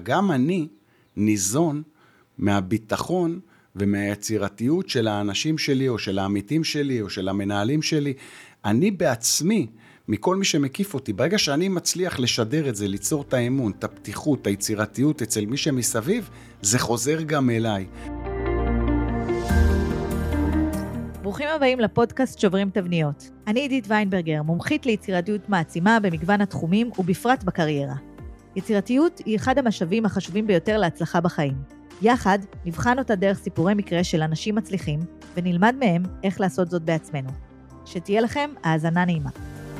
גם אני ניזון מהביטחון ומהיצירתיות של האנשים שלי, או של העמיתים שלי, או של המנהלים שלי. אני בעצמי, מכל מי שמקיף אותי, ברגע שאני מצליח לשדר את זה, ליצור את האמון, את הפתיחות, את היצירתיות אצל מי שמסביב, זה חוזר גם אליי. ברוכים הבאים לפודקאסט שוברים תבניות. אני עידית ויינברגר, מומחית ליצירתיות מעצימה במגוון התחומים ובפרט בקריירה. יצירתיות היא אחד המשאבים החשובים ביותר להצלחה בחיים. יחד נבחן אותה דרך סיפורי מקרה של אנשים מצליחים, ונלמד מהם איך לעשות זאת בעצמנו. שתהיה לכם האזנה נעימה.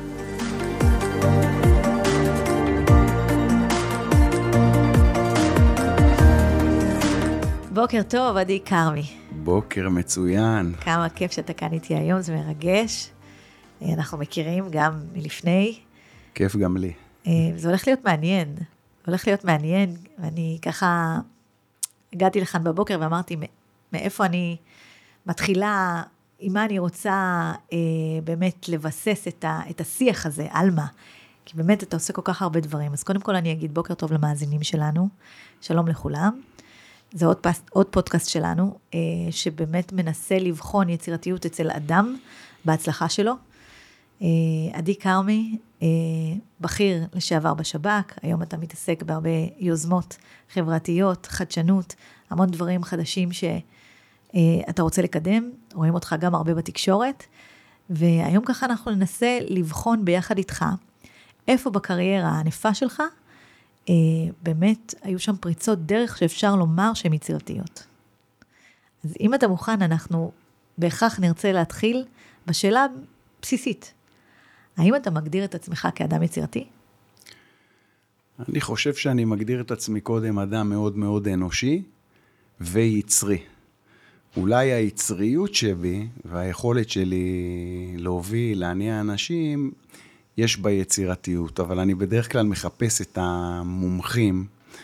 בוקר טוב, עדי כרמי. בוקר מצוין. כמה כיף שאתה כאן איתי היום, זה מרגש. אנחנו מכירים גם מלפני. כיף גם לי. זה הולך להיות מעניין. ואני ככה הגעתי לכאן בבוקר ואמרתי, מאיפה אני מתחילה, עם מה אני רוצה באמת לבסס את השיח הזה, על מה. כי באמת אתה עושה כל כך הרבה דברים. אז קודם כל אני אגיד בוקר טוב למאזינים שלנו. שלום לכולם. זה עוד פודקאסט שלנו, שבאמת מנסה לבחון יצירתיות אצל אדם בהצלחה שלו. עדי כרמי, בכיר לשעבר בשב"כ, היום אתה מתעסק בהרבה יוזמות חברתיות, חדשנות, המון דברים חדשים שאתה רוצה לקדם, רואים אותך גם הרבה בתקשורת, והיום ככה אנחנו ננסה לבחון ביחד איתך, איפה בקריירה הענפה שלך, באמת היו שם פריצות דרך שאפשר לומר שהן יצירתיות. אז אם אתה מוכן, אנחנו בהכרח נרצה להתחיל בשאלה בסיסית. האם אתה מגדיר את עצמך כאדם יצירתי? אני חושב שאני מגדיר את עצמי קודם אדם מאוד מאוד אנושי ויצרי. אולי היצריות שבי והיכולת שלי להוביל, להניע אנשים, יש בה יצירתיות, אבל אני בדרך כלל מחפש את המומחים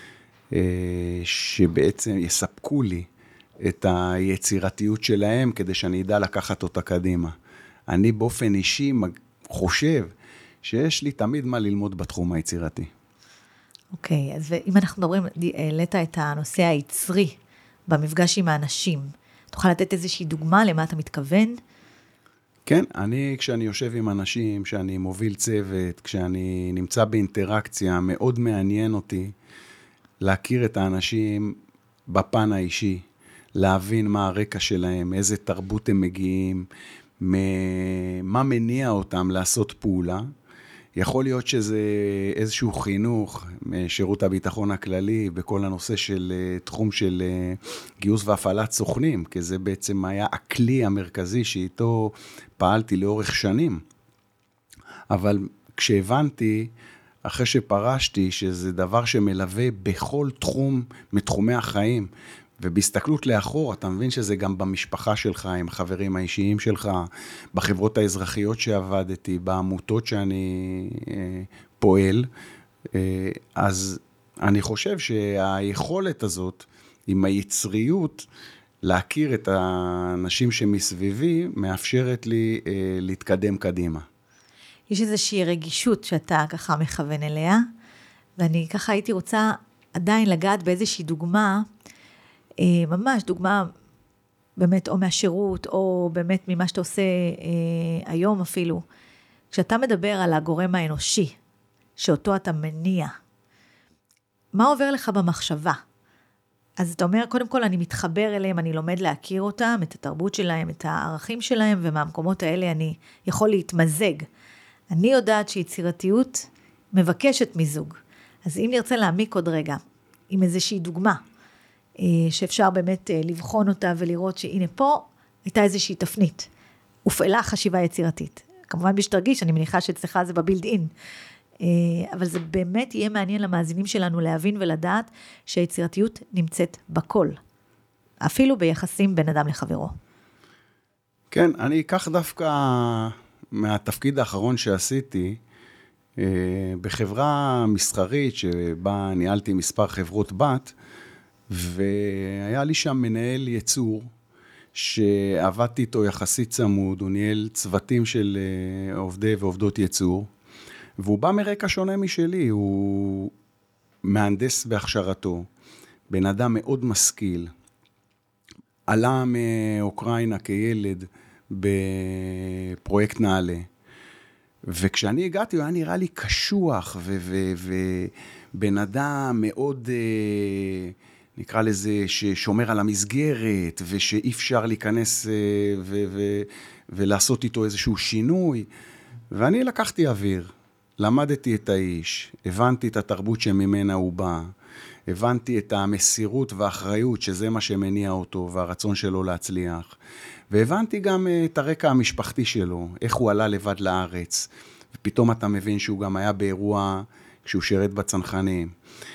שבעצם יספקו לי את היצירתיות שלהם, כדי שאני אדע לקחת אותה קדימה. אני באופן אישי חושב שיש לי תמיד מה ללמוד בתחום היצירתי. אוקיי, אז אם אנחנו מדברים, העלית את הנושא היצרי במפגש עם האנשים, תוכל לתת איזושהי דוגמה למה אתה מתכוון? כן, כשאני יושב עם אנשים, כשאני מוביל צוות, כשאני נמצא באינטראקציה, מאוד מעניין אותי להכיר את האנשים בפן האישי, להבין מה הרקע שלהם, איזה תרבות הם מגיעים, מה מניע אותם לעשות פעולה. יכול להיות שזה איזשהו חינוך משירות הביטחון הכללי, בכל הנושא של תחום של גיוס והפעלת סוכנים, כי זה בעצם היה הכלי המרכזי שאיתו פעלתי לאורך שנים. אבל כשהבנתי, אחרי שפרשתי, שזה דבר שמלווה בכל תחום מתחומי החיים, ובהסתכלות לאחור, אתה מבין שזה גם במשפחה שלך, עם החברים האישיים שלך, בחברות האזרחיות שעבדתי, בעמותות שאני פועל. אז אני חושב שהיכולת הזאת, עם היצריות, להכיר את האנשים שמסביבי, מאפשרת לי להתקדם קדימה. יש איזושהי רגישות שאתה ככה מכוון אליה, ואני ככה הייתי רוצה עדיין לגעת באיזושהי דוגמה, ממש דוגמה באמת או מהשירות, או באמת ממה שאתה עושה היום אפילו. כשאתה מדבר על הגורם האנושי, שאותו אתה מניע, מה עובר לך במחשבה? אז אתה אומר, קודם כל אני מתחבר אליהם, אני לומד להכיר אותם, את התרבות שלהם, את הערכים שלהם, ומהמקומות האלה אני יכול להתמזג. אני יודעת שיצירתיות מבקשת מיזוג. אז אם נרצה להעמיק עוד רגע, עם איזושהי דוגמה, שאפשר באמת לבחון אותה ולראות שהנה פה הייתה איזושהי תפנית. הופעלה חשיבה יצירתית. כמובן בשתרגיש, אני מניחה שאצלך זה בבילד אין. אבל זה באמת יהיה מעניין למאזינים שלנו להבין ולדעת שהיצירתיות נמצאת בכל. אפילו ביחסים בין אדם לחברו. כן, אני אקח דווקא מהתפקיד האחרון שעשיתי, בחברה מסחרית שבה ניהלתי מספר חברות בת, והיה לי שם מנהל ייצור, שעבדתי איתו יחסית צמוד, הוא ניהל צוותים של עובדי ועובדות ייצור, והוא בא מרקע שונה משלי, הוא מהנדס בהכשרתו, בן אדם מאוד משכיל, עלה מאוקראינה כילד בפרויקט נעלה, וכשאני הגעתי הוא היה נראה לי קשוח, ובן אדם מאוד, נקרא לזה, ששומר על המסגרת, ושאי אפשר להיכנס ולעשות איתו איזשהו שינוי, ואני לקחתי אוויר, למדתי את האיש, הבנתי את התרבות שממנה הוא בא, הבנתי את המסירות והאחריות, שזה מה שמניע אותו, והרצון שלו להצליח. והבנתי גם את הרקע המשפחתי שלו, איך הוא עלה לבד לארץ, ופתאום אתה מבין שהוא גם היה באירוע כשהוא שירת בצנחנים.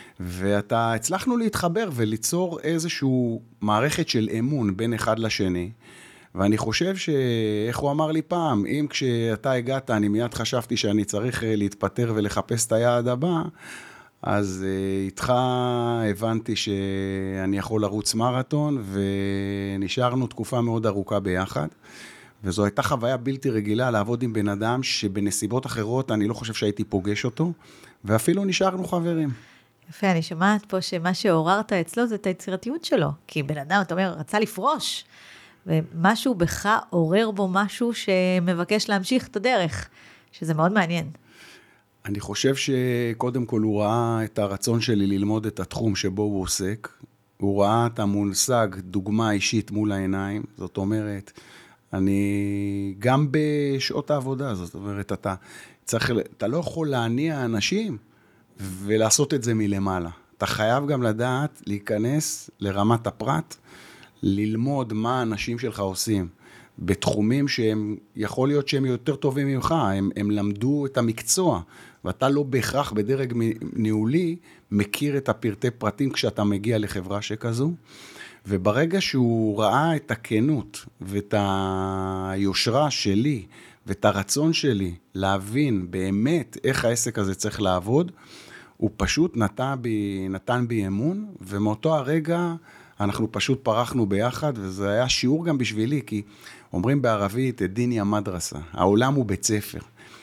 הצלחנו להתחבר וליצור איזשהו מערכת של אמון בין אחד לשני, ואני חושב איך הוא אמר לי פעם, אם כשאתה הגעת, אני מיד חשבתי שאני צריך להתפטר ולחפש את היעד הבא, אז איתך הבנתי שאני יכול לרוץ מרתון, ונשארנו תקופה מאוד ארוכה ביחד, וזו הייתה חוויה בלתי רגילה לעבוד עם בן אדם שבנסיבות אחרות אני לא חושב שהייתי פוגש אותו, ואפילו נשארנו חברים. יפה, אני שומעת פה שמה שעוררת אצלו זה את היצירתיות שלו, כי בן אדם, אתה אומר, רצה לפרוש, ומשהו בך עורר בו משהו שמבקש להמשיך את הדרך, שזה מאוד מעניין. אני חושב שקודם כל הוא ראה את הרצון שלי ללמוד את התחום שבו הוא עוסק, הוא ראה את המושג דוגמה אישית מול העיניים, זאת אומרת, אני גם בשעות העבודה, זאת אומרת, אתה לא יכול להניע אנשים ולעשות את זה מלמעלה. אתה חייב גם לדעת להיכנס לרמת הפרט, ללמוד מה האנשים שלך עושים, בתחומים שהם, יכול להיות שהם יותר טובים ממך, הם למדו את המקצוע, ואתה לא בהכרח בדרג ניהולי, מכיר את הפרטי פרטים כשאתה מגיע לחברה שכזו, וברגע שהוא ראה את הכנות, ואת היושרה שלי, ואת הרצון שלי, להבין באמת איך העסק הזה צריך לעבוד, הוא פשוט נתן בי אמון, ומאותו הרגע, אנחנו פשוט פרחנו ביחד, וזה היה שיעור גם בשבילי, כי אומרים בערבית, דיני המדרסה, העולם הוא בית ספר,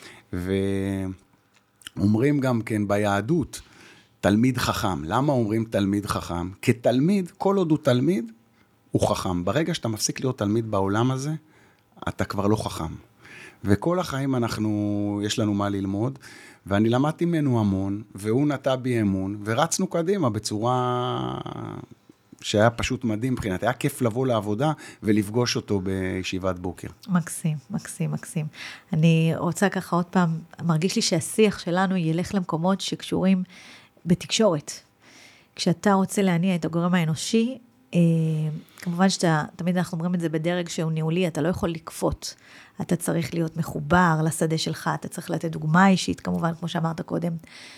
ואומרים גם כן ביהדות, תלמיד חכם. למה אומרים תלמיד חכם? כתלמיד, כל עוד הוא תלמיד, הוא חכם. ברגע שאתה מפסיק להיות תלמיד בעולם הזה, אתה כבר לא חכם. וכל החיים יש לנו מה ללמוד, ואני למדתי ממנו המון, והוא נטע בי אמון, ורצנו קדימה בצורה שהיה פשוט מדהים מבחינת. היה כיף לבוא לעבודה ולפגוש אותו בישיבת בוקר. מקסים, מקסים, מקסים. אני רוצה ככה עוד פעם, מרגיש לי שהשיח שלנו ילך למקומות שקשורים בתקשורת. כשאתה רוצה להניע את הגורם האנושי, כמובן תמיד אנחנו אומרים את זה בדרג שהוא ניהולי, אתה לא יכול לקפות. אתה צריך להיות מחובר לשדה שלך, אתה צריך לתת דוגמה אישית, כמובן, כמו שאמרת קודם.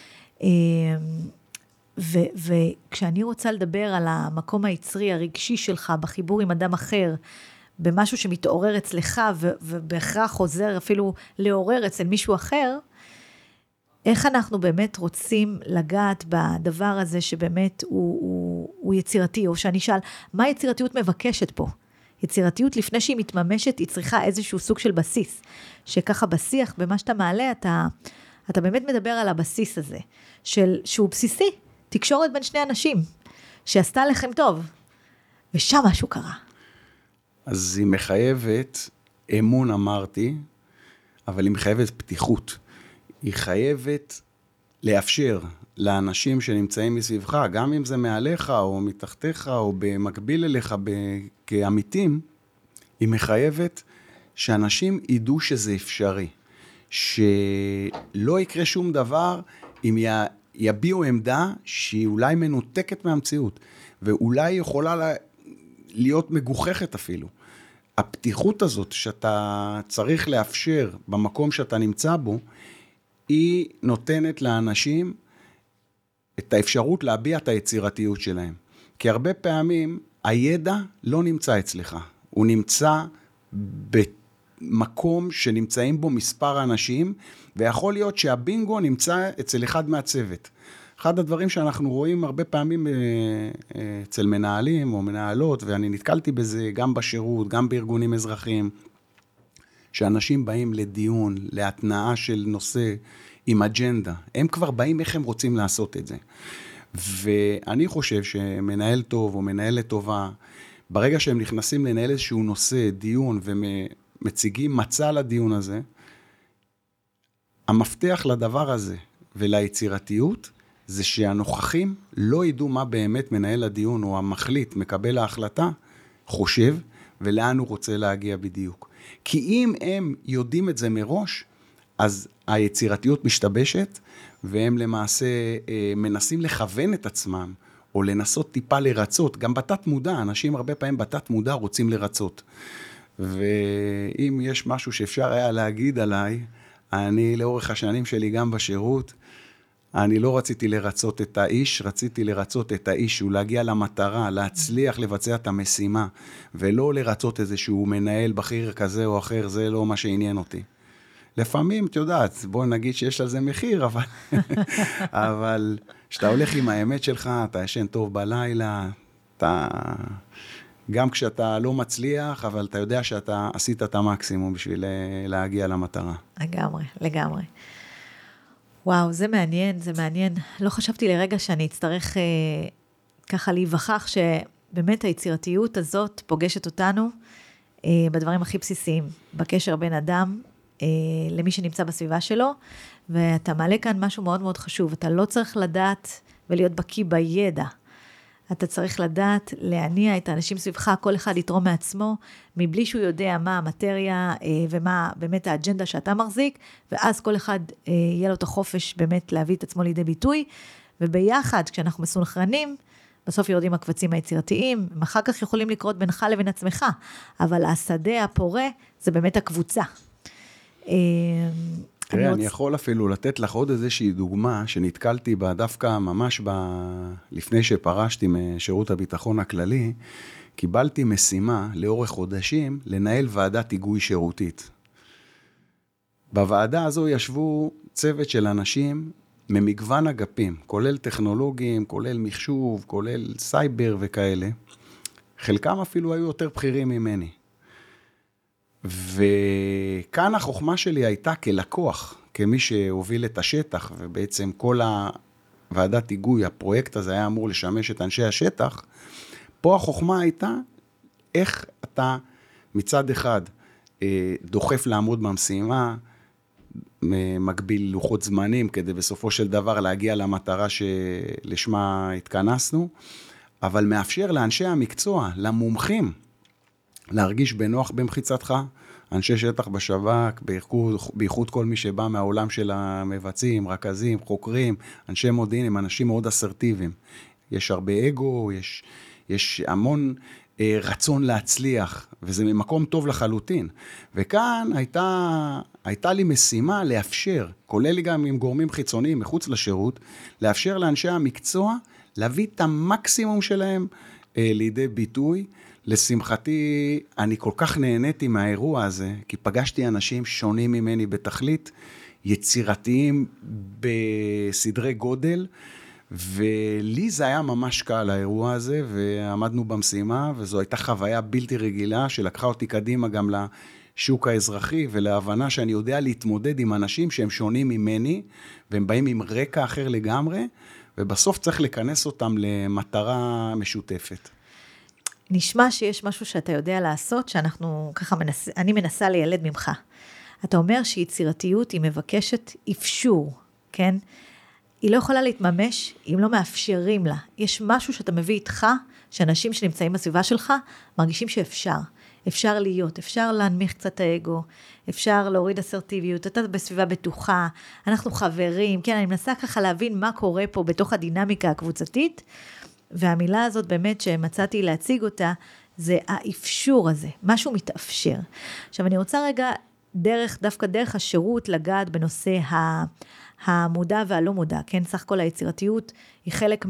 וכשאני רוצה לדבר על המקום היצרי, הרגשי שלך, בחיבור עם אדם אחר, במשהו שמתעורר אצלך, ובהכרח חוזר אפילו לעורר אצל מישהו אחר, איך אנחנו באמת רוצים לגעת בדבר הזה שבאמת הוא יצירתי, או שאני אשאל, מה יצירתיות מבקשת פה? יצירתיות לפני שהיא מתממשת, היא צריכה איזשהו סוג של בסיס, שככה בשיח, במה שאתה מעלה, אתה באמת מדבר על הבסיס הזה, שהוא בסיסי, תקשורת בין שני אנשים, שעשתה לכם טוב, ושם משהו קרה. אז היא מחייבת, אמון אמרתי, אבל היא מחייבת פתיחות. היא חייבת לאפשר לאנשים שנמצאים מסביבך, גם אם זה מעליך או מתחתיך או במקביל אליך כעמיתים, היא מחייבת שאנשים ידעו שזה אפשרי, שלא יקרה שום דבר אם יביעו עמדה שהיא אולי מנותקת מהמציאות, ואולי יכולה להיות מגוחכת אפילו. הפתיחות הזאת שאתה צריך לאפשר במקום שאתה נמצא בו, היא נותנת לאנשים את האפשרות להביע את היצירתיות שלהם. כי הרבה פעמים הידע לא נמצא אצלך, הוא נמצא במקום שנמצאים בו מספר אנשים, ויכול להיות שהבינגו נמצא אצל אחד מהצוות. אחד הדברים שאנחנו רואים הרבה פעמים אצל מנהלים או מנהלות, ואני נתקלתי בזה גם בשירות, גם בארגונים אזרחיים, שאנשים באים לדיון, להתנאה של נושא עם אג'נדה. הם כבר באים איך הם רוצים לעשות את זה. ואני חושב שמנהל טוב או מנהלת טובה, ברגע שהם נכנסים לנהל איזשהו נושא, דיון, ומציגים מצע לדיון הזה, המפתח לדבר הזה וליצירתיות, זה שהנוכחים לא ידעו מה באמת מנהל הדיון או המחליט, מקבל ההחלטה, חושב, ולאן הוא רוצה להגיע בדיוק. כי אם הם יודעים את זה מראש, אז היצירתיות משתבשת, והם למעשה מנסים לכוון את עצמם, או לנסות טיפה לרצות, גם בתת מודע, אנשים הרבה פעמים בתת מודע רוצים לרצות. ואם יש משהו שאפשר היה להגיד עליי, אני לאורך השנים שלי גם בשירות, אני לא רציתי לרצות את האיש, רציתי לרצות את האיש, ולהגיע למטרה, להצליח לבצע את המשימה, ולא לרצות איזשהו מנהל בכיר כזה או אחר, זה לא מה שעניין אותי. לפעמים, את יודעת, בוא נגיד שיש לזה מחיר, אבל כשאתה הולך עם האמת שלך, אתה ישן טוב בלילה, גם כשאתה לא מצליח, אבל אתה יודע שאתה עשית את המקסימום בשביל להגיע למטרה. לגמרי, לגמרי. וואו, זה מעניין, זה מעניין. לא חשבתי לרגע שאני אצטרך ככה להיווכח שבאמת היצירתיות הזאת פוגשת אותנו בדברים הכי בסיסיים, בקשר בין אדם למי שנמצא בסביבה שלו, ואתה מעלה כאן משהו מאוד מאוד חשוב, אתה לא צריך לדעת ולהיות בקיא בידע, אתה צריך לדעת להניע את האנשים סביבך, כל אחד יתרום מעצמו, מבלי שהוא יודע מה המטריה ומה באמת האג'נדה שאתה מחזיק, ואז כל אחד יהיה לו את החופש באמת להביא את עצמו לידי ביטוי, וביחד כשאנחנו מסונכרנים, בסוף יורדים הקבצים היצירתיים, הם אחר כך יכולים לקרות בינך לבין עצמך, אבל השדה הפורה זה באמת הקבוצה. תראה, אני יכול אפילו לתת לך עוד איזושהי דוגמה שנתקלתי בה דווקא ממש לפני שפרשתי משירות הביטחון הכללי, קיבלתי משימה לאורך חודשים לנהל ועדת היגוי שירותית. בוועדה הזו ישבו צוות של אנשים ממגוון אגפים, כולל טכנולוגיים, כולל מחשוב, כולל סייבר וכאלה. חלקם אפילו היו יותר בכירים ממני. וכאן החוכמה שלי הייתה כלקוח, כמי שהוביל את השטח, ובעצם כל הוועדת היגוי, הפרויקט הזה היה אמור לשמש את אנשי השטח, פה החוכמה הייתה איך אתה מצד אחד דוחף לעמוד במשימה, מגביל לוחות זמנים, כדי בסופו של דבר להגיע למטרה שלשמה התכנסנו, אבל מאפשר לאנשי המקצוע, למומחים, להרגיש בנוח במחיצתך, אנשי שטח בשב"כ, בייחוד כל מי שבא מהעולם של המבצעים, רכזים, חוקרים, אנשי מודיעין, הם אנשים מאוד אסרטיביים. יש הרבה אגו, יש המון רצון להצליח, וזה ממקום טוב לחלוטין. וכאן הייתה לי משימה לאפשר, כולל לי גם עם גורמים חיצוניים מחוץ לשירות, לאפשר לאנשי המקצוע להביא את המקסימום שלהם לידי ביטוי. לשמחתי, אני כל כך נהניתי מהאירוע הזה, כי פגשתי אנשים שונים ממני בתכלית, יצירתיים בסדרי גודל, ולי זה היה ממש קל האירוע הזה, ועמדנו במשימה, וזו הייתה חוויה בלתי רגילה, שלקחה אותי קדימה גם לשוק האזרחי, ולהבנה שאני יודע להתמודד עם אנשים שהם שונים ממני, והם באים עם רקע אחר לגמרי, ובסוף צריך לכנס אותם למטרה משותפת. נשמע שיש משהו שאתה יודע לעשות, שאנחנו ככה אני מנסה לילד ממך. אתה אומר שיצירתיות היא מבקשת אפשור, כן? היא לא יכולה להתממש אם לא מאפשרים לה. יש משהו שאתה מביא איתך, שאנשים שנמצאים בסביבה שלך, מרגישים שאפשר. אפשר להיות, אפשר להנמיך קצת האגו, אפשר להוריד אסרטיביות, אתה בסביבה בטוחה, אנחנו חברים, כן, אני מנסה ככה להבין מה קורה פה בתוך הדינמיקה הקבוצתית, והמילה הזאת באמת שמצאתי להציג אותה, זה האפשור הזה, משהו מתאפשר. עכשיו אני רוצה רגע, דווקא דרך השירות לגעת בנושא המודע והלא מודע, כן, סך כל היצירתיות היא חלק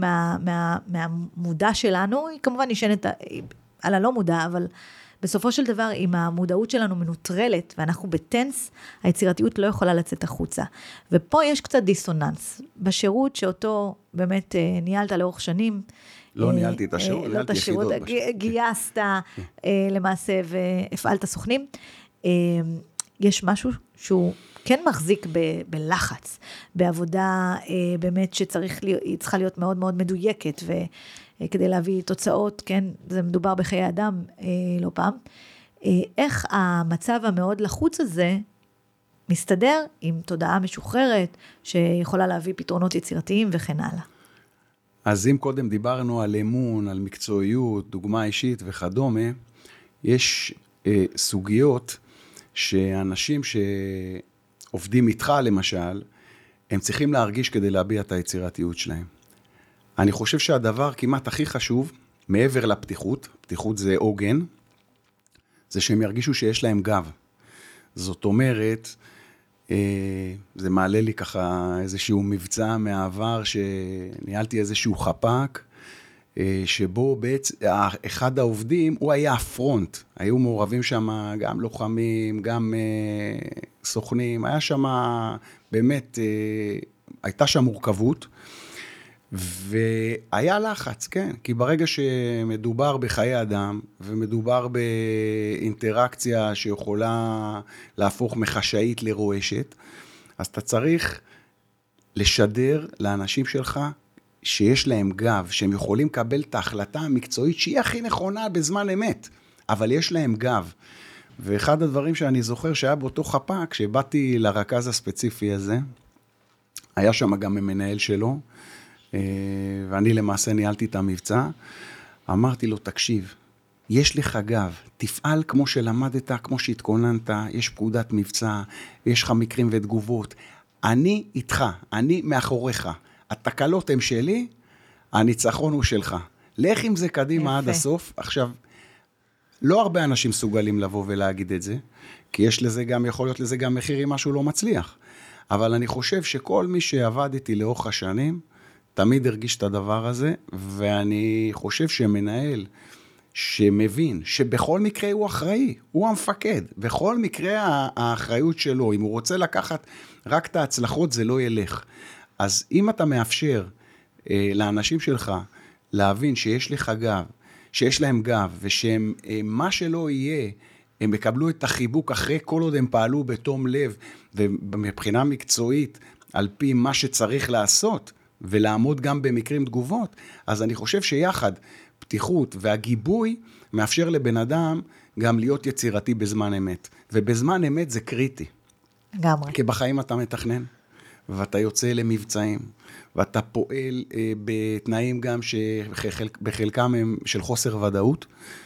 מהמודע שלנו, היא כמובן נשענת על הלא מודע, אבל בסופו של דבר, אם המודעות שלנו מנוטרלת, ואנחנו בטנס, היצירתיות לא יכולה לצאת החוצה. ופה יש קצת דיסוננס. בשירות שאותו באמת ניהלת לאורך שנים. לא ניהלתי את השירות, ניהלתי יחידות בשירות. גייסת למעשה והפעלת סוכנים. יש משהו שהוא כן מחזיק בלחץ, בעבודה באמת היא צריכה להיות מאוד מאוד מדויקת, וכדי להביא תוצאות, כן, זה מדובר בחיי אדם לא פעם. איך המצב המאוד לחוץ הזה מסתדר עם תודעה משוחררת, שיכולה להביא פתרונות יצירתיים וכן הלאה. אז אם קודם דיברנו על אמון, על מקצועיות, דוגמה אישית וכדומה, יש סוגיות שאנשים שעובדים איתך למשל, הם צריכים להרגיש כדי להביע את היצירתיות שלהם. אני חושב שהדבר כמעט הכי חשוב, מעבר לפתיחות, פתיחות זה עוגן, זה שהם ירגישו שיש להם גב. זאת אומרת, זה מעלה לי ככה איזשהו מבצע מהעבר, שניהלתי איזשהו חפק, שבו בעצם אחד העובדים, הוא היה הפרונט, היו מעורבים שם גם לוחמים, גם סוכנים, היה שם באמת, הייתה שם מורכבות, והיה לחץ, כן, כי ברגע שמדובר בחיי אדם, ומדובר באינטראקציה שיכולה להפוך מחשאית לרועשת, אז אתה צריך לשדר לאנשים שלך, שיש להם גב, שהם יכולים לקבל את ההחלטה המקצועית, שהיא הכי נכונה בזמן אמת, אבל יש להם גב. ואחד הדברים שאני זוכר שהיה באותו חפ"ק, כשבאתי לרכז הספציפי הזה, היה שם גם המנהל שלו, ואני למעשה ניהלתי את המבצע, אמרתי לו, תקשיב, יש לך גב, תפעל כמו שלמדת, כמו שהתכוננת, יש פקודת מבצע, יש לך מקרים ותגובות, אני איתך, אני מאחוריך, התקלות הן שלי, הניצחון הוא שלך. לך עם זה קדימה עד הסוף. עכשיו, לא הרבה אנשים מסוגלים לבוא ולהגיד את זה, כי יש לזה גם, יכול להיות לזה גם מחיר אם משהו לא מצליח. אבל אני חושב שכל מי שעבד איתי לאורך השנים, תמיד הרגיש את הדבר הזה, ואני חושב שמנהל שמבין שבכל מקרה הוא אחראי, הוא המפקד, בכל מקרה האחריות שלו, אם הוא רוצה לקחת רק את ההצלחות, זה לא ילך. אז אם אתה מאפשר לאנשים שלך להבין שיש לך גב, שיש להם גב, ושהם מה שלא יהיה, הם יקבלו את החיבוק אחרי כל עוד הם פעלו בתום לב, ומבחינה מקצועית, על פי מה שצריך לעשות, ולעמוד גם במקרים תגובות, אז אני חושב שיחד, פתיחות והגיבוי, מאפשר לבן אדם גם להיות יצירתי בזמן אמת. ובזמן אמת זה קריטי. לגמרי. כי בחיים אתה מתכנן. ואתה יוצא למבצעים, ואתה פועל בתנאים גם שבחלקם הם של חוסר ודאות,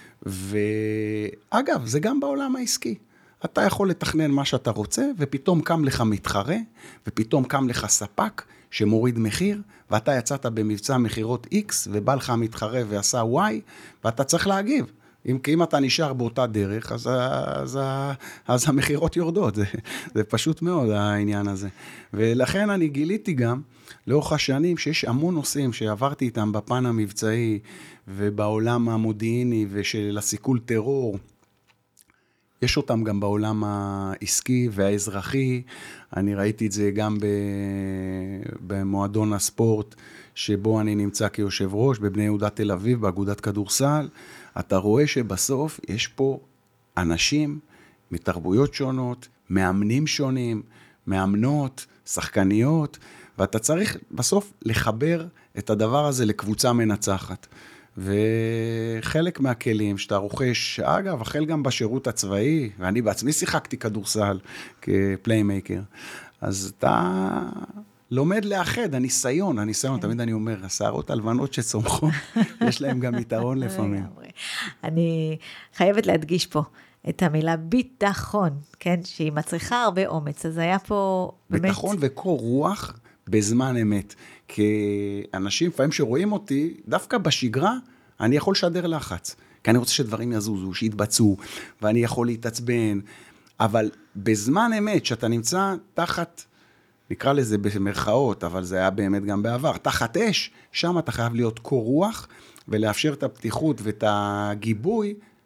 ואגב, זה גם בעולם העסקי. אתה יכול לתכנן מה שאתה רוצה, ופתאום קם לך מתחרה, ופתאום קם לך ספק שמוריד מחיר, ואתה יצאת במבצע מחירות X, ובא לך מתחרה ועשה Y, ואתה צריך להגיב. אם אתה נשאר באותה דרך, אז המחירות יורדות. זה פשוט מאוד העניין הזה. ולכן אני גיליתי גם, לאורך השנים, שיש המון נושאים שעברתי איתם בפן המבצעי, ובעולם המודיעיני, ושל הסיכול טרור, יש אותם גם בעולם העסקי והאזרחי. אני ראיתי את זה גם במועדון הספורט, שבו אני נמצא כיושב ראש, בבני יהודה תל אביב, באגודת כדורסל. אתה רואה שבסוף יש פה אנשים מתרבויות שונות, מאמנים שונים, מאמנות, שחקניות, ואתה צריך בסוף לחבר את הדבר הזה לקבוצה מנצחת. וחלק מהכלים שאתה רוכש, אגב, החל גם בשירות הצבאי, ואני בעצמי שיחקתי כדורסל כפליימייקר, אז אתה לומד לאחד, הניסיון, תמיד אני אומר, השערות הלבנות שצומחות, יש להם גם יתרון לפעמים. אני חייבת להדגיש פה את המילה ביטחון, כן, שהיא מצריכה הרבה אומץ, אז היה פה באמת... ביטחון וקור רוח בזמן אמת, כי אנשים לפעמים שרואים אותי, דווקא בשגרה, אני יכול לשדר לחץ, כי אני רוצה שדברים יזוזו, שיתבצעו, ואני יכול להתעצבן, אבל בזמן אמת, שאתה נמצא תחת, נקרא לזה במרכאות, אבל זה היה באמת גם בעבר, תחת אש, שם אתה חייב להיות קור רוח, ולאפשר את הפתיחות ואת הגיבוי,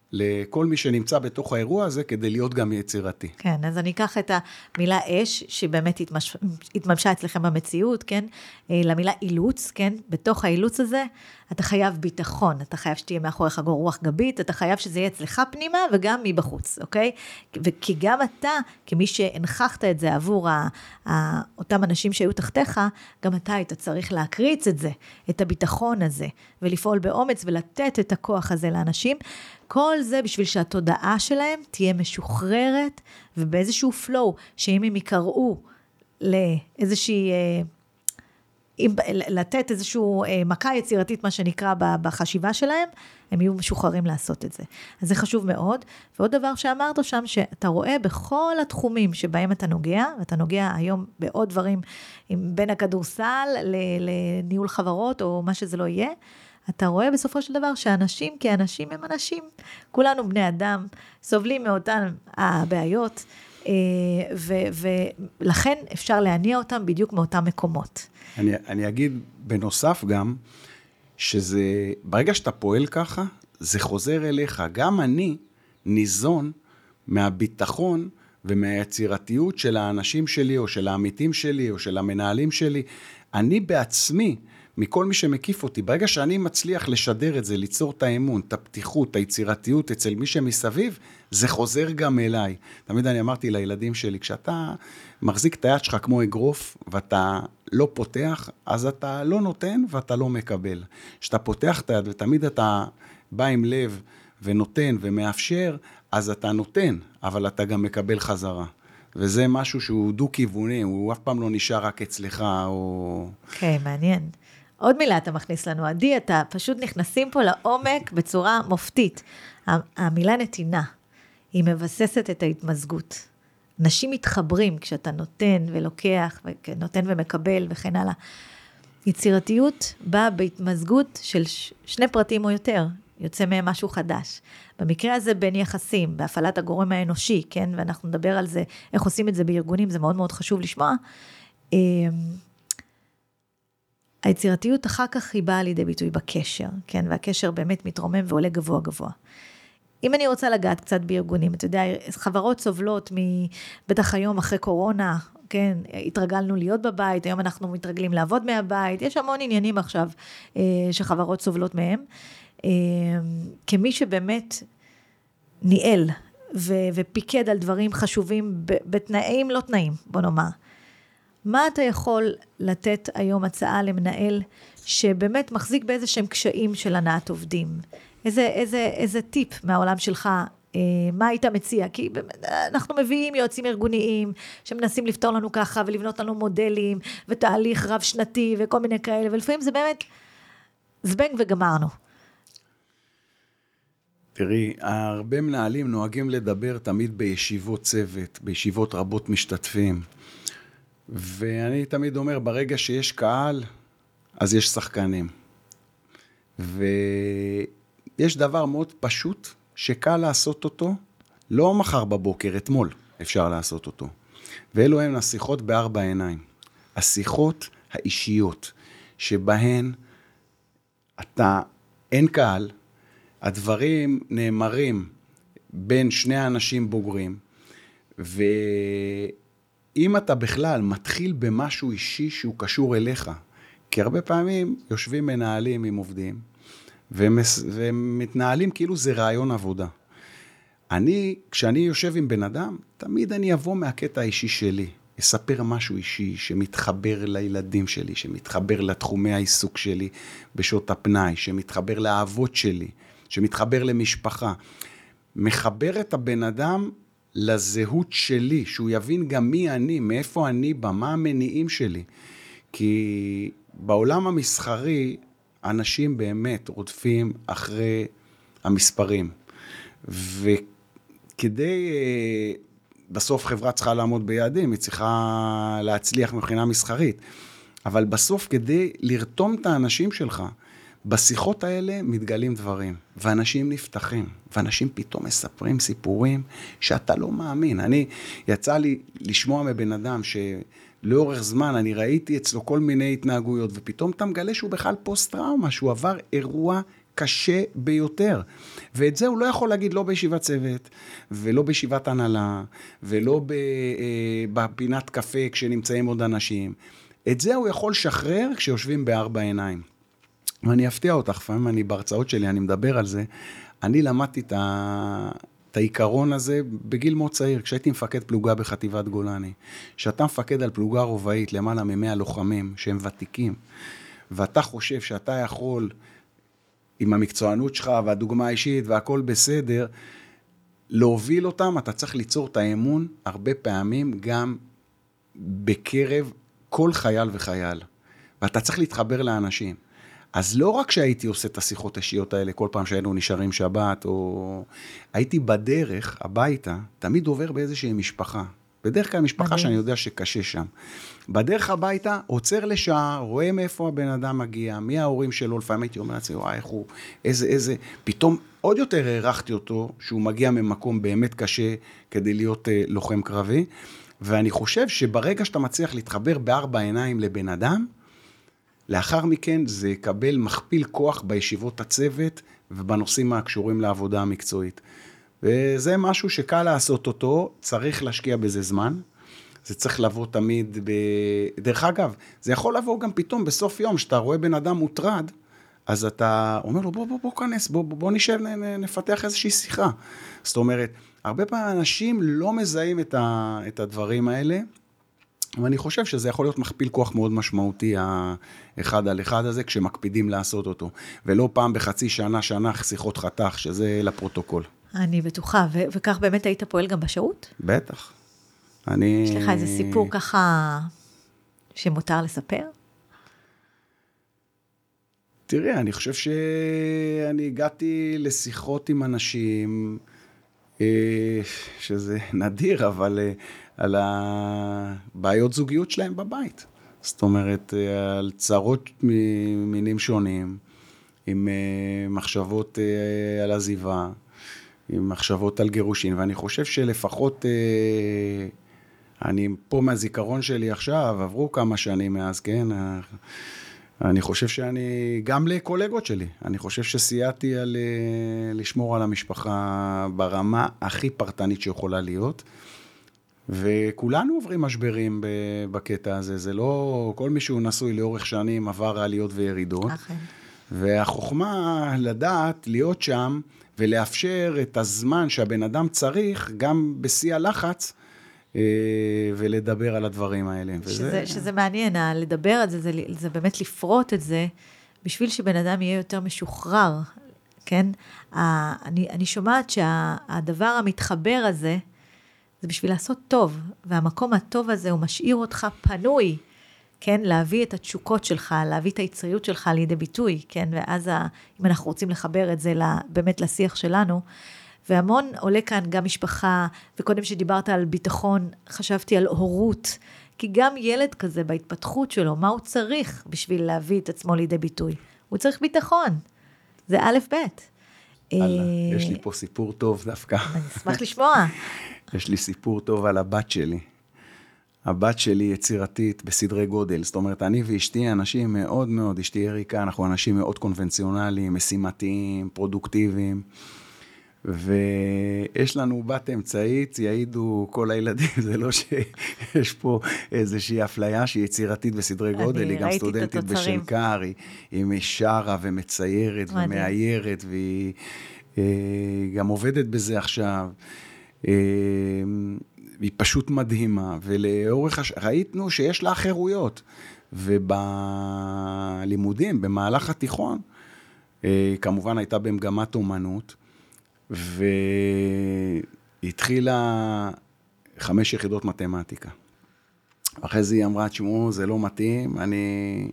לכל מי שנמצא בתוך האירוע הזה, כדי להיות גם יצירתי. כן, אז אני אקח את המילה אש, שבאמת התממשה אצלכם במציאות, כן? למילה אילוץ, כן? בתוך האילוץ הזה, אתה חייב ביטחון, אתה חייב שתהיה מאחוריך רוח גבית, אתה חייב שזה יהיה אצלך פנימה וגם מבחוץ, אוקיי? כי גם אתה, כמי שהנחחת את זה עבור אותם אנשים שהיו תחתיך, גם אתה היית צריך להקריץ את זה, את הביטחון הזה, ולפעול באומץ ולתת את הכוח הזה לאנשים. כל זה בשביל שהתודעה שלהם תהיה משוחררת, ובאיזשהו flow, שאם הם יקראו לאיזושהי, לתת איזשהו מכה יצירתית, מה שנקרא בחשיבה שלהם, הם יהיו משוחררים לעשות את זה. אז זה חשוב מאוד. ועוד דבר שאמרת שם, שאתה רואה בכל התחומים שבהם אתה נוגע, ואתה נוגע היום בעוד דברים, בין הכדורסל לניהול חברות, או מה שזה לא יהיה, אתה רואה בסופו של דבר שאנשים כאנשים הם אנשים. כולנו בני אדם, סובלים מאותן הבעיות, ולכן אפשר להניע אותם בדיוק מאותם מקומות. אני אגיד בנוסף גם, שזה, ברגע שאתה פועל ככה, זה חוזר אליך. גם אני ניזון מהביטחון ומהיצירתיות של האנשים שלי, או של העמיתים שלי, או של המנהלים שלי. אני בעצמי, מכל מי שמקיף אותי, ברגע שאני מצליח לשדר את זה, ליצור את האמון, את הפתיחות, את היצירתיות אצל מי שמסביב, זה חוזר גם אליי. תמיד אני אמרתי לילדים שלי, כשאתה מחזיק את היד שלך כמו אגרוף, ואתה לא פותח, אז אתה לא נותן ואתה לא מקבל. כשאתה פותח את היד ותמיד אתה בא עם לב ונותן ומאפשר, אז אתה נותן, אבל אתה גם מקבל חזרה. וזה משהו שהוא דו-כיווני, הוא אף פעם לא נשאר רק אצלך, או... כן, מעניין. עוד מילה אתה מכניס לנו, עדי, אתה פשוט נכנסים פה לעומק בצורה מופתית. המילה נתינה, היא מבססת את ההתמזגות. אנשים מתחברים כשאתה נותן ולוקח, נותן ומקבל וכן הלאה. יצירתיות באה בהתמזגות של שני פרטים או יותר, יוצא מהם משהו חדש. במקרה הזה בין יחסים, בהפעלת הגורם האנושי, כן? ואנחנו נדבר על זה, איך עושים את זה בארגונים, זה מאוד מאוד חשוב לשמוע. היצירתיות אחר כך היא באה לידי ביטוי בקשר, כן? והקשר באמת מתרומם ועולה גבוה גבוה. אם אני רוצה לגעת קצת בארגונים, אתה יודע, חברות סובלות בטח היום אחרי קורונה, כן? התרגלנו להיות בבית, היום אנחנו מתרגלים לעבוד מהבית, יש המון עניינים עכשיו שחברות סובלות מהם. כמי שבאמת ניהל ופיקד על דברים חשובים בתנאים לא תנאים, בוא נאמר. מה אתה יכול לתת היום הצעה למנהל שבאמת מחזיק באיזה שהם קשיים של הנעת עובדים? איזה טיפ מהעולם שלך, מה היית מציע? כי אנחנו מביאים יועצים ארגוניים שמנסים לפתור לנו ככה ולבנות לנו מודלים ותהליך רב שנתי וכל מיני כאלה, ולפעמים זה באמת זבנג וגמרנו. תראי, הרבה מנהלים נוהגים לדבר תמיד בישיבות צוות, בישיבות רבות משתתפים. ואני תמיד אומר, ברגע שיש קהל, אז יש שחקנים. ויש דבר מאוד פשוט, שקל לעשות אותו, לא מחר בבוקר, אתמול אפשר לעשות אותו. ואלו הן השיחות בארבע עיניים. השיחות האישיות, שבהן אין קהל, הדברים נאמרים בין שני אנשים בוגרים, ואם אתה בכלל מתחיל במשהו אישי שהוא קשור אליך, כי הרבה פעמים יושבים מנהלים עם עובדים, ומתנהלים כאילו זה רעיון עבודה. כשאני יושב עם בן אדם, תמיד אני אבוא מהקטע האישי שלי, אספר משהו אישי שמתחבר לילדים שלי, שמתחבר לתחומי העיסוק שלי בשעות הפנאי, שמתחבר לאהבות שלי, שמתחבר למשפחה. מחבר את הבן אדם לזהות שלי, שהוא יבין גם מי אני, מאיפה אני בא, מה המניעים שלי. כי בעולם המסחרי, אנשים באמת רודפים אחרי המספרים. וכדי, בסוף חברה צריכה לעמוד ביעדים, היא צריכה להצליח מבחינה מסחרית. אבל בסוף כדי לרתום את האנשים שלך, בשיחות האלה מתגלים דברים, ואנשים נפתחים, ואנשים פתאום מספרים סיפורים שאתה לא מאמין. יצא לי לשמוע מבן אדם שלאורך זמן אני ראיתי אצלו כל מיני התנהגויות, ופתאום אתה מגלה שהוא בכלל פוסט-טראומה, שהוא עבר אירוע קשה ביותר. ואת זה הוא לא יכול להגיד לא בישיבת צוות, ולא בישיבת הנהלה, ולא בפינת קפה כשנמצאים עוד אנשים. את זה הוא יכול לשחרר כשיושבים בארבע עיניים. ואני אפתיע אותך, פעמים אני בהרצאות שלי, אני מדבר על זה, אני למדתי את העיקרון הזה בגיל מאוד צעיר, כשהייתי מפקד פלוגה בחטיבת גולני, שאתה מפקד על פלוגה רובעית למעלה מ100 לוחמים שהם ותיקים, ואתה חושב שאתה יכול, עם המקצוענות שלך והדוגמה האישית והכל בסדר, להוביל אותם, אתה צריך ליצור את האמון הרבה פעמים גם בקרב כל חייל וחייל, ואתה צריך להתחבר לאנשים. אז לא רק שהייתי עושה את השיחות האישיות האלה, כל פעם שהיינו נשארים שבת, או הייתי בדרך הביתה, תמיד עובר באיזושהי משפחה. בדרך כלל משפחה שאני יודע שקשה שם. בדרך הביתה, עוצר לשעה, רואה מאיפה הבן אדם מגיע, מי ההורים שלו, לפעמים הייתי אומר לעצמי, וואי, איך הוא, איזה, פתאום עוד יותר הערכתי אותו, שהוא מגיע ממקום באמת קשה, כדי להיות לוחם קרבי, ואני חושב שברגע שאתה מצליח להתחבר בארבע עיניים לבן אדם, לאחר מכן זה יקבל מכפיל כוח בישיבות הצוות, ובנושאים הקשורים לעבודה המקצועית. וזה משהו שקל לעשות אותו, צריך להשקיע בזה זמן, זה צריך לבוא תמיד, דרך אגב, זה יכול לבוא גם פתאום בסוף יום, שאתה רואה בן אדם מוטרד, אז אתה אומר לו, בוא כנס, בוא נשב, נפתח איזושהי שיחה. זאת אומרת, הרבה פעמים אנשים לא מזהים את הדברים האלה, ואני חושב שזה יכול להיות מכפיל כוח מאוד משמעותי, האחד על אחד הזה, כשמקפידים לעשות אותו. ולא פעם בחצי שנה, שיחות חתך, שזה לפרוטוקול. אני בטוחה, וכך באמת היית פועל גם בשירות? בטח. יש לך איזה סיפור ככה שמותר לספר? תראי, אני חושב שאני הגעתי לשיחות עם אנשים, שזה נדיר, אבל על הבעיות זוגיות שלהם בבית. זאת אומרת, על צרות מינים שונים, עם מחשבות על עזיבה, עם מחשבות על גירושין, ואני חושב שלפחות, אני פה מהזיכרון שלי עכשיו, עברו כמה שנים מאז, כן? אני חושב שאני, גם לקולגות שלי, אני חושב שסייעתי על לשמור על המשפחה ברמה הכי פרטנית שיכולה להיות, וכולנו עוברים משברים בקטע הזה, זה לא, כל מי שהוא נשוי לאורך שנים עבר עליות וירידות, והחוכמה לדעת להיות שם, ולאפשר את הזמן שהבן אדם צריך, גם בשיא הלחץ, ולדבר על הדברים האלה. שזה מעניין, לדבר על זה, זה באמת לפרוט את זה, בשביל שבן אדם יהיה יותר משוחרר, כן? אני שומעת שהדבר המתחבר הזה, זה בשביל לעשות טוב, והמקום הטוב הזה הוא משאיר אותך פנוי, כן? להביא את התשוקות שלך, להביא את היצריות שלך לידי ביטוי, כן? ואז אם אנחנו רוצים לחבר את זה באמת לשיח שלנו, והמון עולה כאן גם משפחה, וקודם שדיברת על ביטחון, חשבתי על הורות, כי גם ילד כזה בהתפתחות שלו, מה הוא צריך בשביל להביא את עצמו לידי ביטוי? הוא צריך ביטחון, זה א' ב'. יש לי פה סיפור טוב דווקא. אני אשמח לשמוע. יש לי סיפור טוב על הבת שלי. הבת שלי יצירתית בסדרי גודל, זאת אומרת, אני ואשתי אנשים מאוד מאוד, אשתי אריקה, אנחנו אנשים מאוד קונבנציונליים, משימתיים, פרודוקטיביים, ויש לנו בת אמצעית, יעידו כל הילדים, זה לא שיש פה איזושהי אפליה שהיא יצירתית בסדרי גודל, היא גם סטודנטית בשנקר, היא משרה ומציירת ומאיירת, והיא גם עובדת בזה עכשיו, היא פשוט מדהימה, ולאורך ראיתנו שיש לה חירויות, ובלימודים, במהלך התיכון, כמובן הייתה במגמת אומנות, והתחילה 5 יחידות מתמטיקה. אחרי זה היא אמרה, תשמעו, זה לא מתאים, אני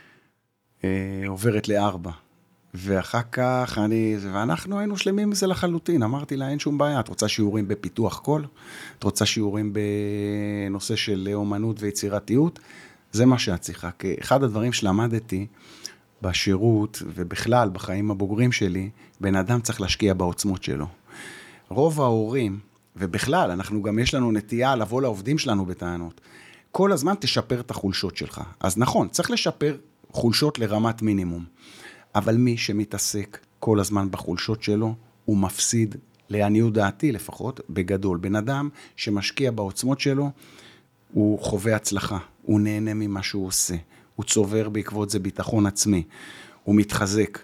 עוברת ל4. ואחר כך ואנחנו היינו שלמים מזה לחלוטין, אמרתי לה, אין שום בעיה, את רוצה שיעורים בפיתוח קול? את רוצה שיעורים בנושא של אומנות ויצירתיות? זה מה שאת צריכה, כי אחד הדברים שלמדתי, בשירות, ובכלל, בחיים הבוגרים שלי, בן אדם צריך להשקיע בעוצמות שלו. רוב ההורים, ובכלל, אנחנו גם יש לנו נטייה לבוא לעובדים שלנו בטענות. כל הזמן תשפר את החולשות שלך. אז נכון, צריך לשפר חולשות לרמת מינימום. אבל מי שמתעסק כל הזמן בחולשות שלו, הוא מפסיד, לעניות דעתי לפחות, בגדול. בן אדם שמשקיע בעוצמות שלו, הוא חווה הצלחה, הוא נהנה ממה שהוא עושה, הוא צובר בעקבות זה ביטחון עצמי, הוא מתחזק.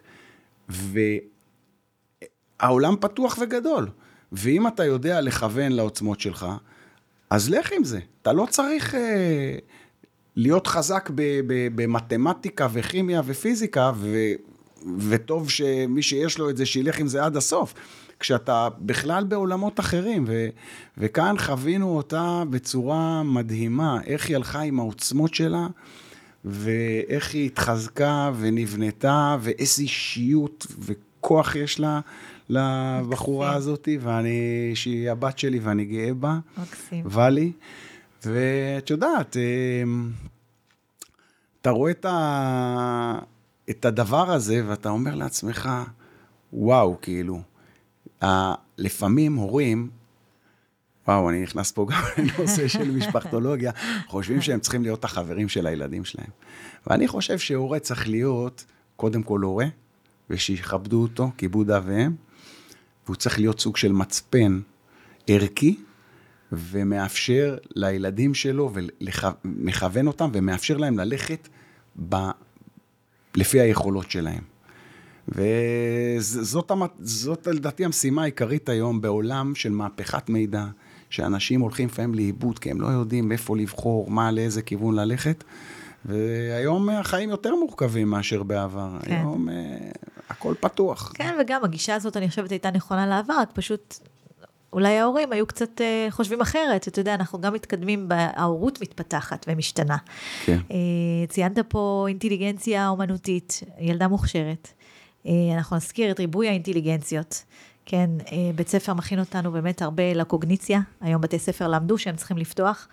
והעולם פתוח וגדול. ואם אתה יודע לכוון לעוצמות שלך, אז לך עם זה. אתה לא צריך להיות חזק במתמטיקה וכימיה ופיזיקה, וטוב שמי שיש לו את זה, שילך עם זה עד הסוף. כשאתה בכלל בעולמות אחרים, וכאן חווינו אותה בצורה מדהימה, איך היא הלכה עם העוצמות שלה, ואיך היא התחזקה ונבנתה, ואיזו אישיות וכוח יש לה, לבחורה הזאת, שהיא הבת שלי ואני גאה בה, ואלי, ואת יודעת, אתה רואה את הדבר הזה, ואתה אומר לעצמך, וואו, כאילו, לפעמים הורים, וואו, אני נכנס פה גם לנושא של משפחתולוגיה, חושבים שהם צריכים להיות החברים של הילדים שלהם. ואני חושב שהורה צריך להיות, קודם כל הורה, ושיכבדו אותו, כיבוד אב ואם, והוא צריך להיות סוג של מצפן ערכי, ומאפשר לילדים שלו, ומכוון אותם, ומאפשר להם ללכת לפי היכולות שלהם. וזאת לדעתי המשימה העיקרית היום בעולם של מהפכת מידע, שאנשים הולכים לפעמים לאיבוד, כי הם לא יודעים איפה לבחור, מה, לאיזה כיוון ללכת, והיום החיים יותר מורכבים מאשר בעבר. כן. היום הכל פתוח. כן, וגם הגישה הזאת אני חושבת הייתה נכונה לעבר, רק פשוט אולי ההורים היו קצת חושבים אחרת, אתה יודע, אנחנו גם מתקדמים, ההורות מתפתחת ומשתנה. כן. ציינת פה אינטליגנציה אומנותית, ילדה מוכשרת. אנחנו נזכיר את ריבוי האינטליגנציות. כן, בית ספר מכין אותנו באמת הרבה לקוגניציה, היום בתי ספר למדו שהם צריכים לפתוח.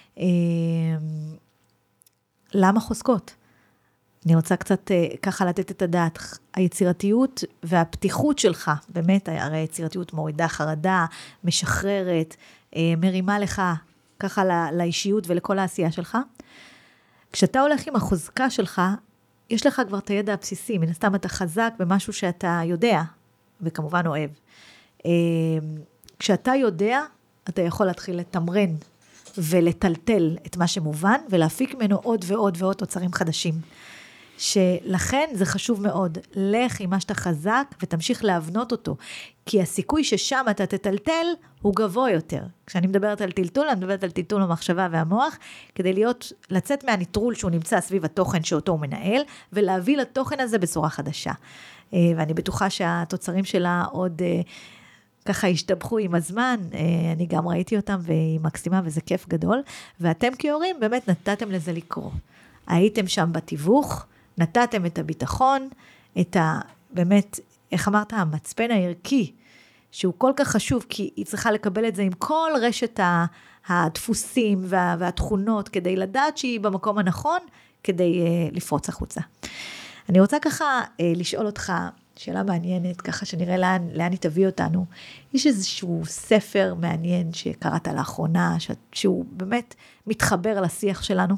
למה חוזקות? אני רוצה קצת ככה לתת את הדעת, היצירתיות והפתיחות שלך, באמת, הרי היצירתיות מורידה חרדה, משחררת, מרימה לך ככה לאישיות ולכל העשייה שלך. כשאתה הולך עם החוזקה שלך, יש לך כבר את הידע הבסיסי, מן הסתם אתה חזק במשהו שאתה יודע, וכמובן אוהב. כשאתה יודע, אתה יכול להתחיל לתמרן ולטלטל את מה שמובן, ולהפיק ממנו עוד ועוד ועוד תוצרים חדשים. שלכן זה חשוב מאוד, לך עם מה שאתה חזק ותמשיך להבנות אותו, כי הסיכוי ששם אתה תטלטל הוא גבוה יותר. כשאני מדברת על טלטול, אני מדברת על טלטול המחשבה והמוח, כדי לצאת מהניטרול שהוא נמצא סביב התוכן שאותו הוא מנהל, ולהביא לתוכן הזה בצורה חדשה. ואני בטוחה שהתוצרים שלה עוד ככה השתבחו עם הזמן, אני גם ראיתי אותם והיא מקסימה וזה כיף גדול, ואתם כהורים באמת נתתם לזה לקרוא. הייתם שם בתיווך, נתתם את הביטחון, באמת, איך אמרת, המצפן הערכי, שהוא כל כך חשוב, כי היא צריכה לקבל את זה עם כל רשת הדפוסים והתכונות, כדי לדעת שהיא במקום הנכון, כדי לפרוץ החוצה. אני רוצה ככה לשאול אותך, שאלה מעניינת, ככה שנראה לאן היא תביא אותנו. יש איזשהו ספר מעניין שקראת לאחרונה, שהוא באמת מתחבר לשיח שלנו?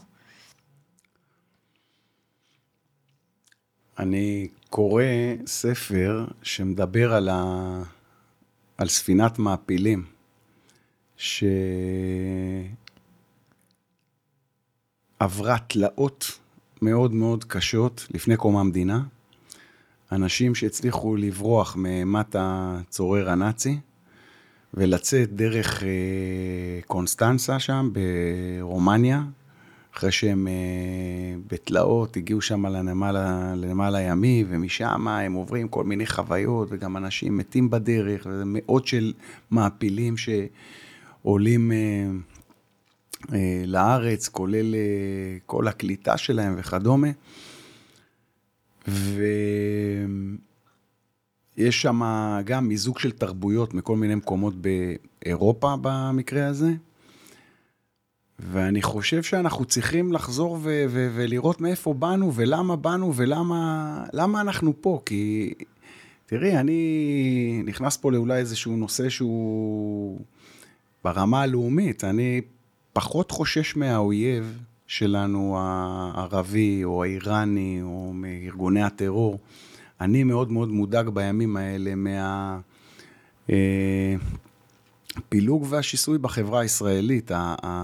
אני קורא ספר שמדבר על ספינת מעפילים, שעברה תלאות מאוד מאוד קשות לפני קום המדינה, אנשים שהצליחו לברוח מאימת הצורר הנאצי, ולצאת דרך קונסטנצה שם ברומניה, אחרי שהם בתלאות, הגיעו שם לנמל הימי, ומשם הם עוברים כל מיני חוויות, וגם אנשים מתים בדרך, וזה מאות של מעפילים שעולים לארץ, כולל כל הקליטה שלהם וכדומה. ויש שם גם מיזוג של תרבויות מכל מיני מקומות באירופה במקרה הזה, ואני חושב שאנחנו צריכים לחזור ולראות מאיפה באנו, ולמה באנו, ולמה אנחנו פה, כי תראי, אני נכנס פה לאולי איזשהו נושא שהוא ברמה הלאומית, אני פחות חושש מהאויב שלנו, הערבי או האיראני או מארגוני הטרור. אני מאוד מאוד מודאג בימים האלה הפילוג והשיסוי בחברה הישראלית,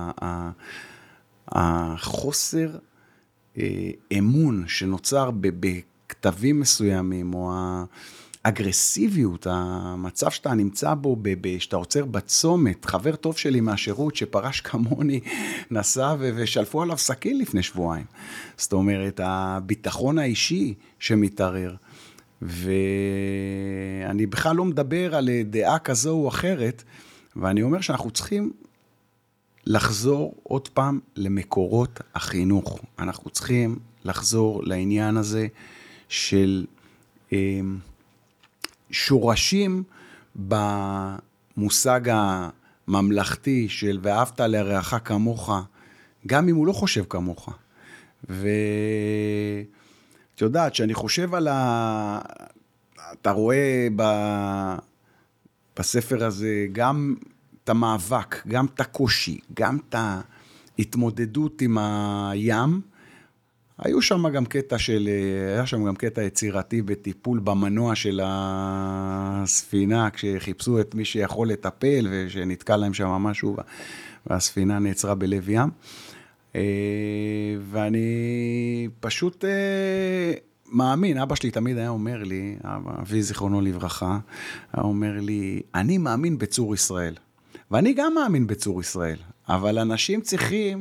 החוסר אמון שנוצר בכתבים מסוימים, או האגרסיביות, המצב שאתה נמצא בו, שאתה עוצר בצומת, חבר טוב שלי מהשירות שפרש כמוני נסע ושלפו עליו סכין לפני שבועיים. זאת אומרת, הביטחון האישי שמתערער, ואני בכלל לא מדבר על דעה כזו או אחרת, ואני אומר שאנחנו צריכים לחזור עוד פעם למקורות החינוך. אנחנו צריכים לחזור לעניין הזה של שורשים במושג הממלכתי של ואהבת לרעך כמוך, גם אם הוא לא חושב כמוך. ואת יודעת, שאני חושב על אתה רואה בספר הזה גם את המאבק, גם את הקושי, גם את ההתמודדות עם הים. היה שם גם קטע יצירתי בטיפול במנוע של הספינה, כשחיפשו את מי שיכול לטפל, ושנתקע להם שם משהו, והספינה נעצרה בלב ים. ואני פשוט מאמין, אבא שלי תמיד היה אומר לי, אבי זיכרונו לברכה, היה אומר לי, אני מאמין בצור ישראל. ואני גם מאמין בצור ישראל, אבל אנשים צריכים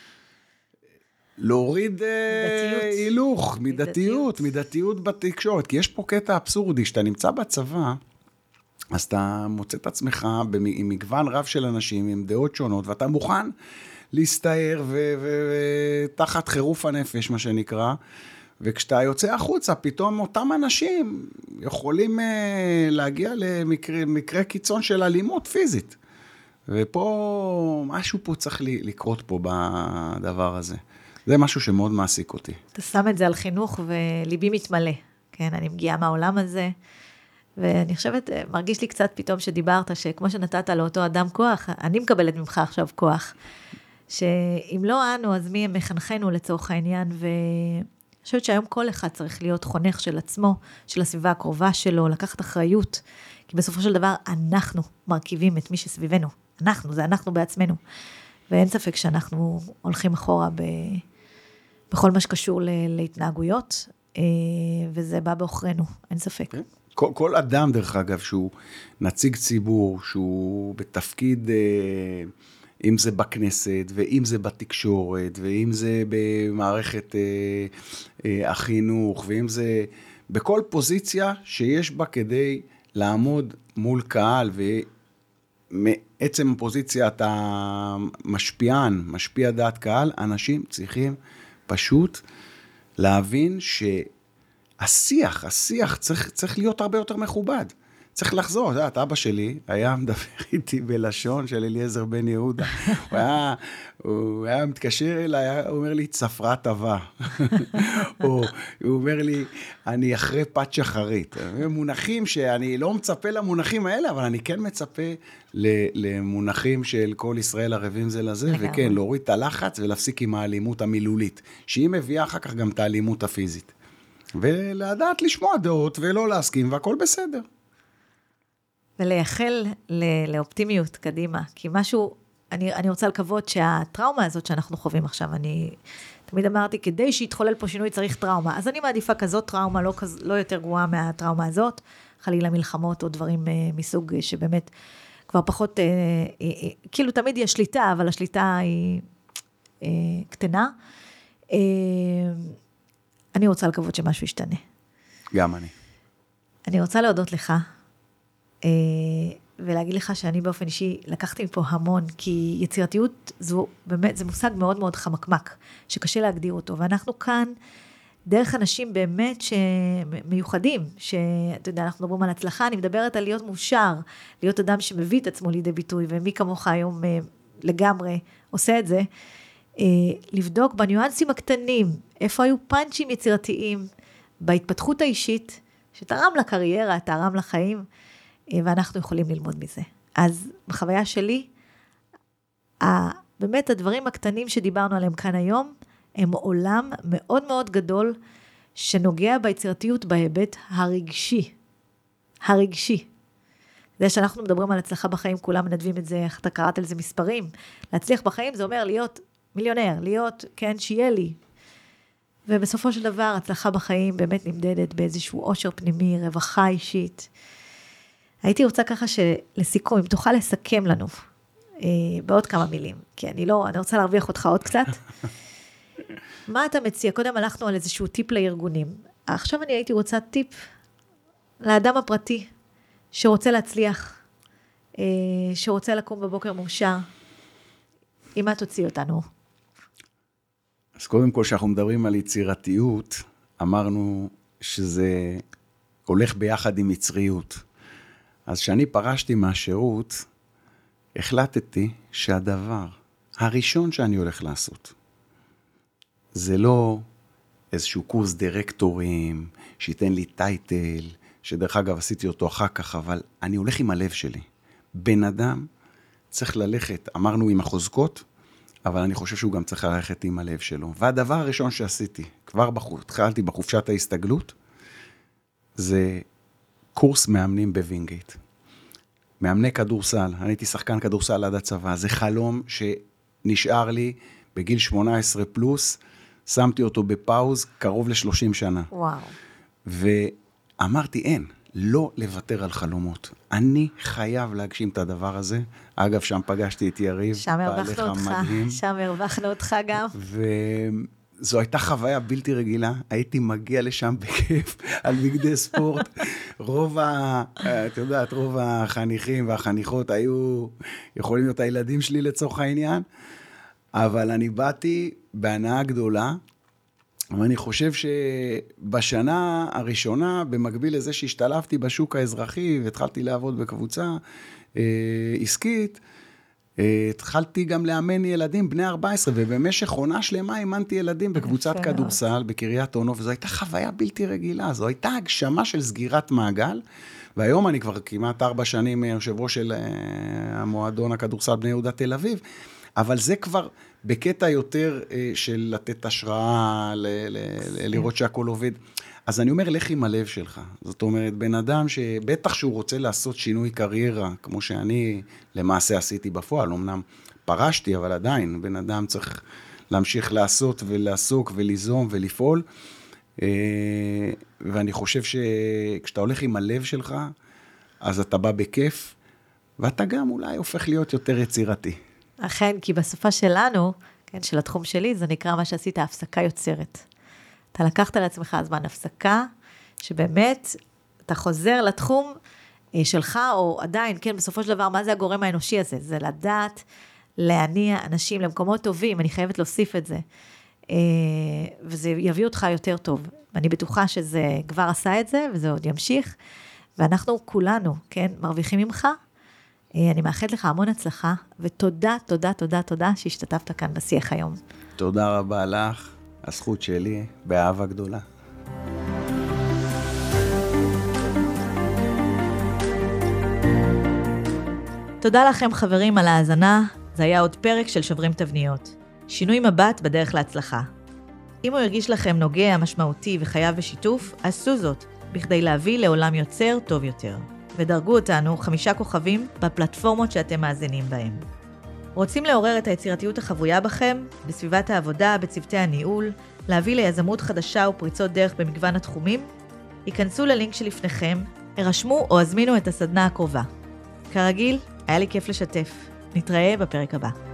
להוריד הילוך, מידתיות בתקשורת, כי יש פה קטע אבסורדי, שאתה נמצא בצבא, אז אתה מוצא את עצמך עם מגוון רב של אנשים, עם דעות שונות, ואתה מוכן להסתער ותחת חירוף הנפש, מה שנקרא, וכשאתה יוצא החוצה, פתאום אותם אנשים יכולים להגיע למקרה קיצון של אלימות פיזית. ופה, משהו פה צריך לקרות פה בדבר הזה. זה משהו שמאוד מעסיק אותי. אתה שם את זה על חינוך וליבי מתמלא. כן, אני מגיעה מהעולם הזה, ואני חושבת, מרגיש לי קצת פתאום שדיברת, שכמו שנתת לאותו אדם כוח, אני מקבלת ממך עכשיו כוח, שאם לא אנו, אז מי מחנכנו לצורך העניין, ואני חושבת שהיום כל אחד צריך להיות חונך של עצמו, של הסביבה הקרובה שלו, לקחת אחריות, כי בסופו של דבר אנחנו מרכיבים את מי שסביבנו. זה אנחנו בעצמנו. ואין ספק שאנחנו הולכים אחורה בכל מה שקשור להתנהגויות, וזה בא באוכרנו, אין ספק. כל אדם, דרך אגב, שהוא נציג ציבור, שהוא בתפקיד, אם זה בכנסת, ואם זה בתקשורת, ואם זה במערכת החינוך, ואם זה בכל פוזיציה שיש בה כדי לעמוד מול קהל, ומעצם הפוזיציה אתה משפיע דעת קהל, אנשים צריכים פשוט להבין שהשיח צריך להיות הרבה יותר מכובד. צריך לחזור, את אבא שלי היה מדבר איתי בלשון של אליעזר בן יהודה. הוא היה מתקשר אליי, הוא אומר לי, צפרה טובה. או הוא אומר לי, אני אחרי פת שחרית. מונחים שאני לא מצפה למונחים האלה, אבל אני כן מצפה למונחים של כל ישראל ערבים זה לזה, וכן, להוריד את הלחץ ולהפסיק עם האלימות המילולית, שהיא מביאה אחר כך גם את האלימות הפיזית. ולדעת לשמוע דעות ולא להסכים, והכל בסדר. ולייחל לאופטימיות קדימה, כי משהו, אני רוצה לקוות שהטראומה הזאת שאנחנו חווים עכשיו, אני תמיד אמרתי, כדי שיתחולל פה שינוי צריך טראומה, אז אני מעדיפה כזאת טראומה, לא יותר גרועה מהטראומה הזאת, חלילה מלחמות או דברים מסוג שבאמת כבר פחות, כאילו תמיד יש שליטה, אבל השליטה היא קטנה. אני רוצה לקוות שמשהו ישתנה. גם אני. אני רוצה להודות לך, ולהגיד לך שאני באופן אישי לקחתי מפה המון, כי יצירתיות זו באמת, זה מושג מאוד מאוד חמקמק, שקשה להגדיר אותו, ואנחנו כאן דרך אנשים באמת שמיוחדים, שאתה יודע, אנחנו מדברים על הצלחה, אני מדברת על להיות מאושר, להיות אדם שמביא את עצמו לידי ביטוי, ומי כמוך היום לגמרי עושה את זה, לבדוק בניואנסים הקטנים, איפה היו פאנצ'ים יצירתיים, בהתפתחות האישית, שתרם לקריירה, תרם לחיים, ואנחנו יכולים ללמוד מזה. אז בחוויה שלי, באמת הדברים הקטנים שדיברנו עליהם כאן היום, הם עולם מאוד מאוד גדול, שנוגע ביצירתיות בהיבט הרגשי. הרגשי. זה שאנחנו מדברים על הצלחה בחיים, כולם מנדבים את זה, איך אתה קראת על זה מספרים. להצליח בחיים זה אומר להיות מיליונר, להיות, כן, שיהיה לי. ובסופו של דבר, הצלחה בחיים באמת נמדדת באיזשהו עושר פנימי, רווחה אישית. הייתי רוצה ככה שלסיכום, אם תוכל לסכם לנו, בעוד כמה מילים, כי אני רוצה להרוויח אותך עוד קצת. מה אתה מציע? קודם הלכנו על איזשהו טיפ לארגונים. עכשיו אני הייתי רוצה טיפ לאדם הפרטי, שרוצה להצליח, שרוצה לקום בבוקר מאושר. עם מה תוציא אותנו? אז קודם כל, שאנחנו מדברים על יצירתיות, אמרנו שזה הולך ביחד עם יצריות. אז כשאני פרשתי מהשירות, החלטתי שהדבר הראשון שאני הולך לעשות, זה לא איזשהו קורס דירקטורים, שייתן לי טייטל, שדרך אגב עשיתי אותו אחר כך, אבל אני הולך עם הלב שלי. בן אדם צריך ללכת, אמרנו עם החוזקות, אבל אני חושב שהוא גם צריך ללכת עם הלב שלו. והדבר הראשון שעשיתי, כבר התחלתי בחופשת ההסתגלות, זה קורס מאמנים בווינגייט. מאמני כדורסל, אני הייתי שחקן כדורסל עד הצבא, זה חלום שנשאר לי בגיל 18 פלוס, שמתי אותו בפאוז קרוב ל-30 שנה. וואו. ואמרתי, אין, לא לוותר על חלומות. אני חייב להגשים את הדבר הזה. אגב, שם פגשתי את יריב, שם הרווחנו אותך, שם הרווחנו אותך גם. וזו הייתה חוויה בלתי רגילה, הייתי מגיע לשם בכיף, על מגדי ספורט. את יודעת, רוב החניכים והחניכות היו יכולים להיות הילדים שלי לצורך העניין, אבל אני באתי בהנאה גדולה, ואני חושב שבשנה הראשונה, במקביל לזה שהשתלבתי בשוק האזרחי, והתחלתי לעבוד בקבוצה עסקית, התחלתי גם לאמן ילדים בני 14, ובמשך עונה שלמה אימנתי ילדים בקבוצת כדורסל, בקריית אונו, וזו הייתה חוויה בלתי רגילה, זו הייתה הגשמה של סגירת מעגל, והיום אני כבר כמעט 4 שנים יושב ראש של המועדון הכדורסל בני יהודה תל אביב, אבל זה כבר בקטע יותר של לתת השראה, לראות שהכל עובד. אז אני אומר, לך עם הלב שלך. זאת אומרת, בן אדם שבטח שהוא רוצה לעשות שינוי קריירה, כמו שאני למעשה עשיתי בפועל, אמנם פרשתי, אבל עדיין, בן אדם צריך להמשיך לעשות ולעסוק וליזום ולפעול. ואני חושב שכשאתה הולך עם הלב שלך, אז אתה בא בכיף, ואתה גם אולי הופך להיות יותר יצירתי. אכן, כי בשפה שלנו, כן, של התחום שלי, זה נקרא מה שעשית, הפסקה יוצרת. אתה לקחת לעצמך הזמן הפסקה, שבאמת אתה חוזר לתחום שלך, או עדיין, כן, בסופו של דבר, מה זה הגורם האנושי הזה? זה לדעת, להניע אנשים למקומות טובים, אני חייבת להוסיף את זה, וזה יביא אותך יותר טוב. ואני בטוחה שזה כבר עשה את זה, וזה עוד ימשיך, ואנחנו כולנו, כן, מרוויחים ממך, אני מאחלת לך המון הצלחה, ותודה, תודה, תודה, תודה שהשתתפת כאן בשיח היום. תודה רבה לך, הזכות שלי, באהבה גדולה. תודה לכם חברים על ההאזנה, זה היה עוד פרק של שוברים תבניות. שינוי מבט בדרך להצלחה. אם הוא הרגיש לכם נוגע, משמעותי וחייב בשיתוף, עשו זאת, בכדי להביא לעולם יוצר טוב יותר. ודרגו אותנו 5 כוכבים בפלטפורמות שאתם מאזינים בהם. רוצים לעורר את היצירתיות החבויה בכם, בסביבת העבודה, בצוותי הניהול, להביא ליזמות חדשה ופריצות דרך במגוון התחומים? היכנסו ללינק שלפניכם, הרשמו או הזמינו את הסדנה הקרובה. כרגיל, היה לי כיף לשתף. נתראה בפרק הבא.